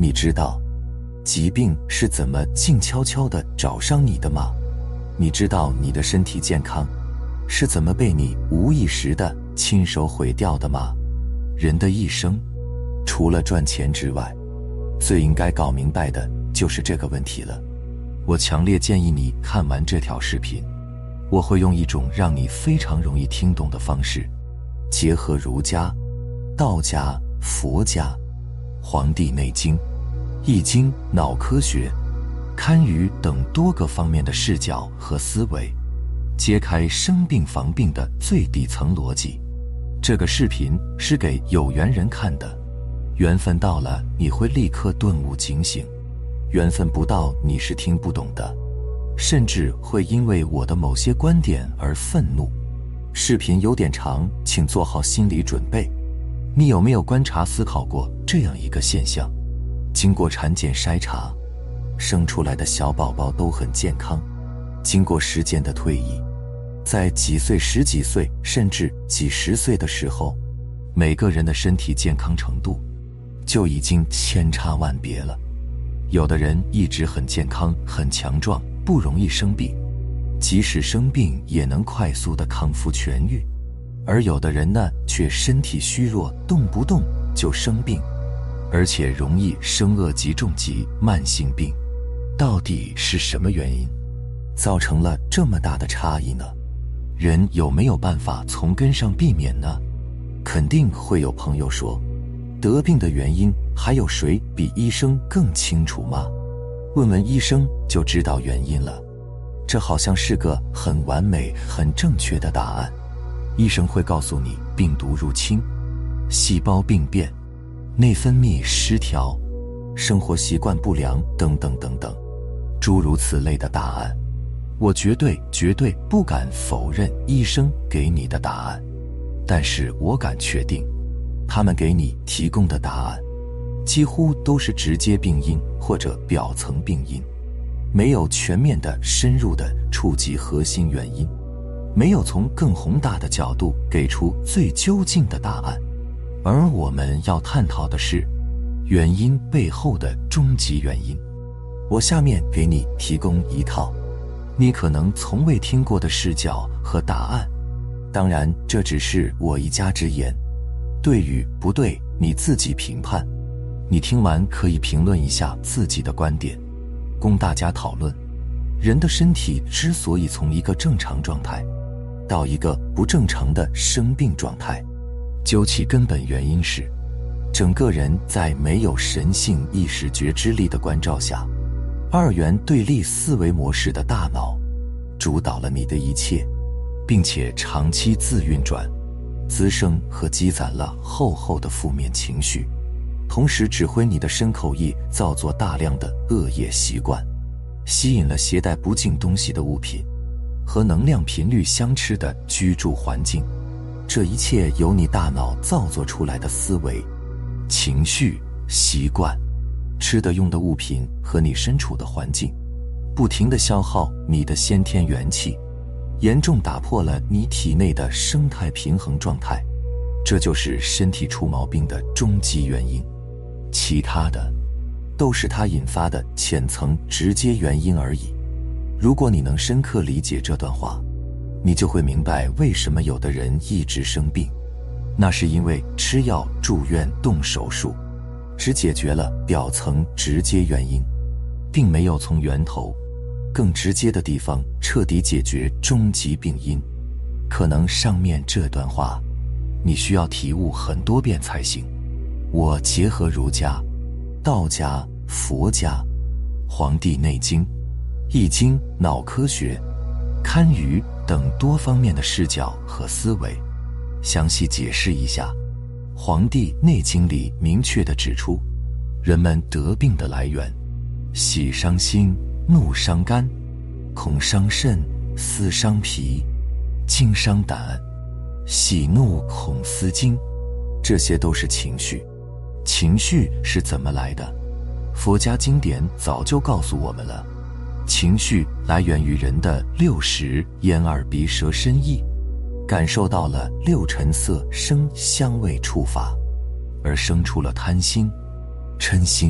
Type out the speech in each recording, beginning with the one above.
你知道疾病是怎么静悄悄地找上你的吗？你知道你的身体健康是怎么被你无意识地亲手毁掉的吗？人的一生，除了赚钱之外，最应该搞明白的就是这个问题了。我强烈建议你看完这条视频，我会用一种让你非常容易听懂的方式，结合儒家、道家、佛家、黄帝内经、易经、脑科学、堪舆等多个方面的视角和思维，揭开生病防病的最底层逻辑。这个视频是给有缘人看的，缘分到了你会立刻顿悟警醒，缘分不到你是听不懂的，甚至会因为我的某些观点而愤怒。视频有点长，请做好心理准备。你有没有观察思考过这样一个现象？经过产检筛查，生出来的小宝宝都很健康。经过时间的推移，在几岁、十几岁甚至几十岁的时候，每个人的身体健康程度就已经千差万别了。有的人一直很健康、很强壮，不容易生病，即使生病也能快速的康复痊愈。而有的人呢，却身体虚弱，动不动就生病，而且容易生恶疾、重疾、慢性病。到底是什么原因造成了这么大的差异呢？人有没有办法从根上避免呢？肯定会有朋友说，得病的原因还有谁比医生更清楚吗？问问医生就知道原因了。这好像是个很完美、很正确的答案。医生会告诉你病毒入侵、细胞病变、内分泌失调、生活习惯不良等等等等，诸如此类的答案。我绝对不敢否认医生给你的答案，但是我敢确定，他们给你提供的答案几乎都是直接病因或者表层病因，没有全面的深入的触及核心原因，没有从更宏大的角度给出最究竟的答案。而我们要探讨的是原因背后的终极原因。我下面给你提供一套你可能从未听过的视角和答案，当然这只是我一家之言，对与不对你自己评判。你听完可以评论一下自己的观点，供大家讨论。人的身体之所以从一个正常状态到一个不正常的生病状态，究其根本原因是，整个人在没有神性意识觉知力的关照下，二元对立思维模式的大脑主导了你的一切，并且长期自运转，滋生和积攒了厚厚的负面情绪，同时指挥你的身口意造作大量的恶业习惯，吸引了携带不净东西的物品和能量频率相斥的居住环境。这一切由你大脑造作出来的思维、情绪、习惯、吃的用的物品和你身处的环境，不停地消耗你的先天元气，严重打破了你体内的生态平衡状态。这就是身体出毛病的终极原因，其他的都是它引发的浅层直接原因而已。如果你能深刻理解这段话，你就会明白为什么有的人一直生病，那是因为吃药、住院、动手术只解决了表层直接原因，并没有从源头更直接的地方彻底解决终极病因。可能上面这段话你需要体悟很多遍才行。我结合儒家、道家、佛家、黄帝内经、易经、脑科学、堪舆等多方面的视角和思维，详细解释一下。《黄帝内经》里明确地指出，人们得病的来源：喜伤心，怒伤肝，恐伤肾，思伤脾，惊伤胆，喜怒恐思惊。这些都是情绪。情绪是怎么来的？佛家经典早就告诉我们了，情绪来源于人的六识眼耳鼻舌身意，感受到了六尘色声香味触法，而生出了贪心、嗔心、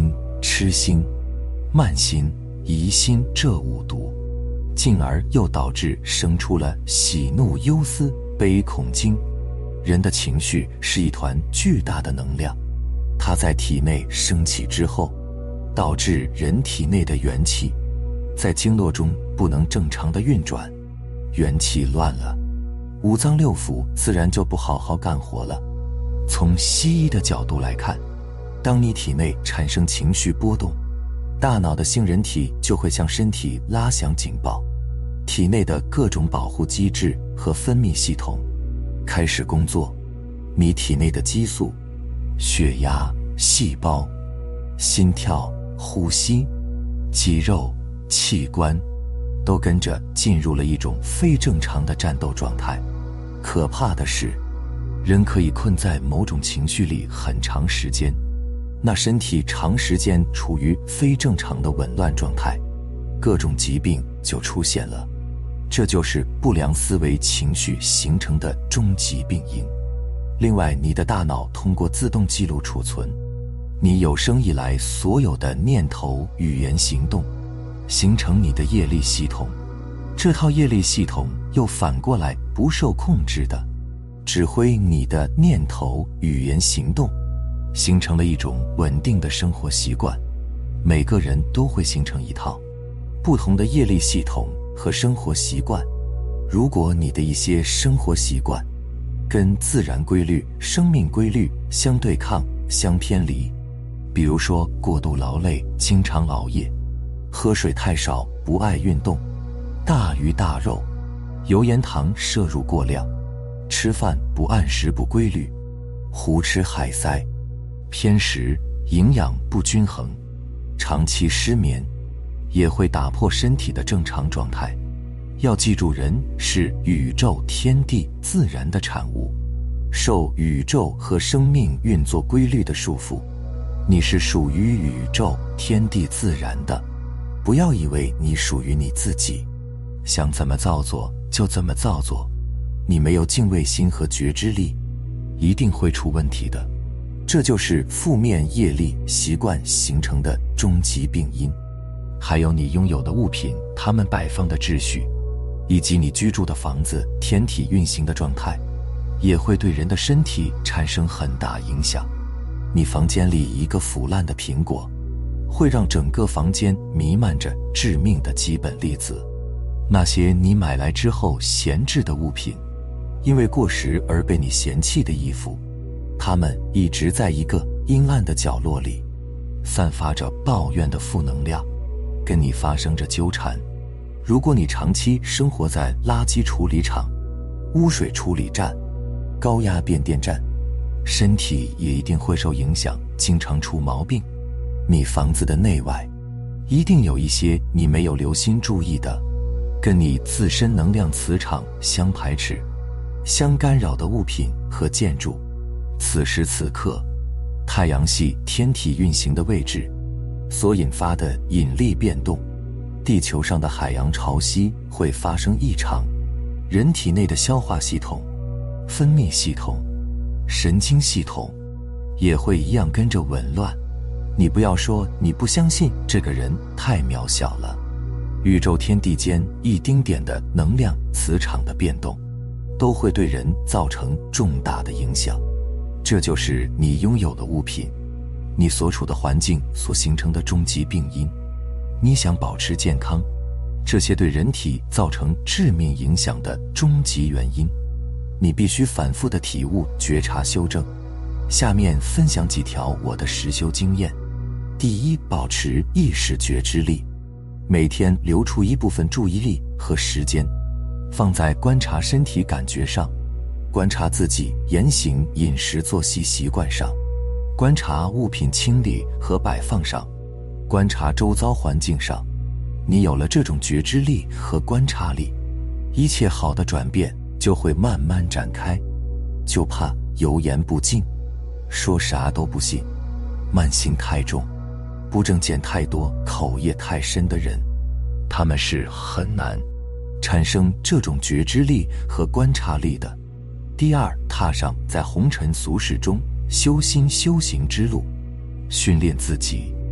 痴心、慢心、疑心这五毒，进而又导致生出了喜怒忧思悲恐惊。人的情绪是一团巨大的能量，它在体内升起之后，导致人体内的元气在经络中不能正常的运转，元气乱了，五脏六腑自然就不好好干活了。从西医的角度来看，当你体内产生情绪波动，大脑的杏仁体就会向身体拉响警报，体内的各种保护机制和分泌系统开始工作，你体内的激素、血压、细胞、心跳、呼吸、肌肉、器官都跟着进入了一种非正常的战斗状态。可怕的是，人可以困在某种情绪里很长时间，那身体长时间处于非正常的紊乱状态，各种疾病就出现了。这就是不良思维情绪形成的终极病因。另外，你的大脑通过自动记录储存你有生以来所有的念头、语言、行动，形成你的业力系统。这套业力系统又反过来不受控制的指挥你的念头、语言、行动，形成了一种稳定的生活习惯。每个人都会形成一套不同的业力系统和生活习惯。如果你的一些生活习惯跟自然规律、生命规律相对抗、相偏离，比如说过度劳累、经常熬夜、喝水太少、不爱运动、大鱼大肉、油盐糖摄入过量、吃饭不按时不规律、胡吃海塞、偏食、营养不均衡、长期失眠，也会打破身体的正常状态。要记住，人是宇宙、天地、自然的产物，受宇宙和生命运作规律的束缚。你是属于宇宙、天地、自然的，不要以为你属于你自己，想怎么造作就怎么造作。你没有敬畏心和觉知力，一定会出问题的。这就是负面业力习惯形成的终极病因。还有你拥有的物品，它们摆放的秩序，以及你居住的房子天体运行的状态，也会对人的身体产生很大影响。你房间里一个腐烂的苹果，会让整个房间弥漫着致命的基本粒子。那些你买来之后闲置的物品，因为过时而被你嫌弃的衣服，它们一直在一个阴暗的角落里，散发着抱怨的负能量，跟你发生着纠缠。如果你长期生活在垃圾处理厂、污水处理站、高压变电站，身体也一定会受影响，经常出毛病。你房子的内外一定有一些你没有留心注意的，跟你自身能量磁场相排斥、相干扰的物品和建筑。此时此刻，太阳系天体运行的位置所引发的引力变动，地球上的海洋潮汐会发生异常，人体内的消化系统、分泌系统、神经系统也会一样跟着紊乱。你不要说你不相信，这个人太渺小了。宇宙天地间一丁点的能量磁场的变动，都会对人造成重大的影响。这就是你拥有的物品，你所处的环境所形成的终极病因。你想保持健康，这些对人体造成致命影响的终极原因，你必须反复的体悟、觉察、修正。下面分享几条我的实修经验。第一，保持意识觉知力，每天留出一部分注意力和时间，放在观察身体感觉上，观察自己言行、饮食、作息习惯上，观察物品清理和摆放上，观察周遭环境上。你有了这种觉知力和观察力，一切好的转变就会慢慢展开。就怕油盐不进，说啥都不信，慢性太重，不正见太多，口业太深的人，他们是很难产生这种觉知力和观察力的。第二，踏上在红尘俗世中修心修行之路，训练自己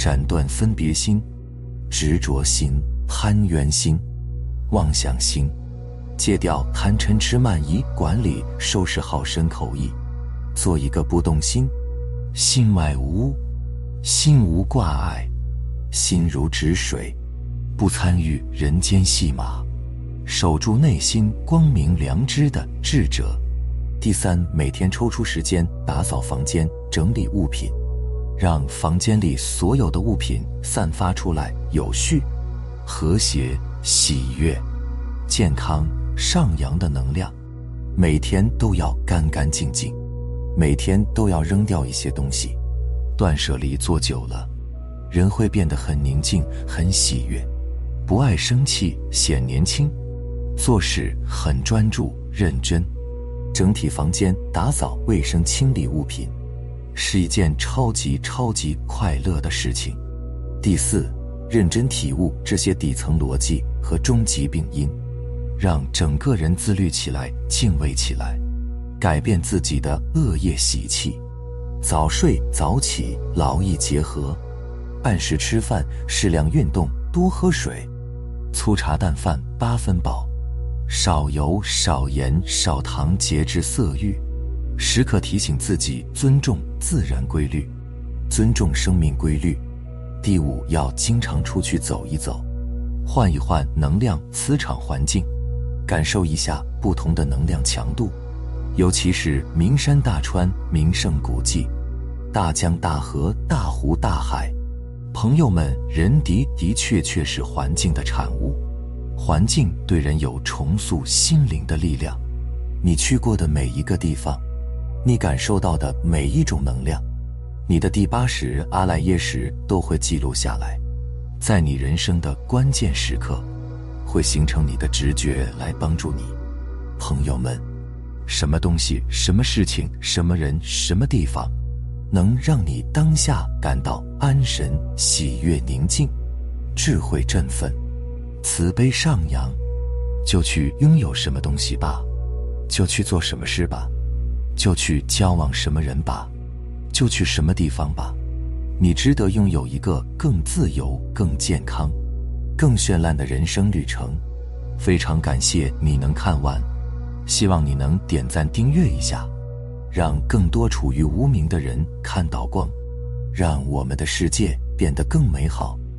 斩断分别心、执着心、攀缘心、妄想心，戒掉贪嗔痴慢疑，管理收拾好身口意，做一个不动心，心外无物，心无挂碍，心如止水，不参与人间戏码，守住内心光明良知的智者。第三，每天抽出时间打扫房间，整理物品，让房间里所有的物品散发出来有序、和谐、喜悦、健康、上扬的能量。每天都要干干净净，每天都要扔掉一些东西。断舍离做久了，人会变得很宁静，很喜悦，不爱生气，显年轻，做事很专注认真。整体房间打扫卫生清理物品是一件超级快乐的事情。第四，认真体悟这些底层逻辑和终极病因，让整个人自律起来，敬畏起来，改变自己的恶业习气。早睡早起，劳逸结合，按时吃饭，适量运动，多喝水，粗茶淡饭8分饱，少油少盐少糖，节制色欲，时刻提醒自己尊重自然规律，尊重生命规律。第五，要经常出去走一走，换一换能量磁场环境，感受一下不同的能量强度，尤其是名山大川、名胜古迹、大江大河、大湖大海。朋友们，人的确是环境的产物，环境对人有重塑心灵的力量。你去过的每一个地方，你感受到的每一种能量，你的第80阿赖耶识都会记录下来，在你人生的关键时刻，会形成你的直觉来帮助你。朋友们，什么东西、什么事情、什么人、什么地方，能让你当下感到安神、喜悦、宁静、智慧振奋、慈悲上扬，就去拥有什么东西吧，就去做什么事吧，就去交往什么人吧，就去什么地方吧。你值得拥有一个更自由、更健康、更绚烂的人生旅程。非常感谢你能看完，希望你能点赞订阅一下，让更多处于无明的人看到光，让我们的世界变得更美好。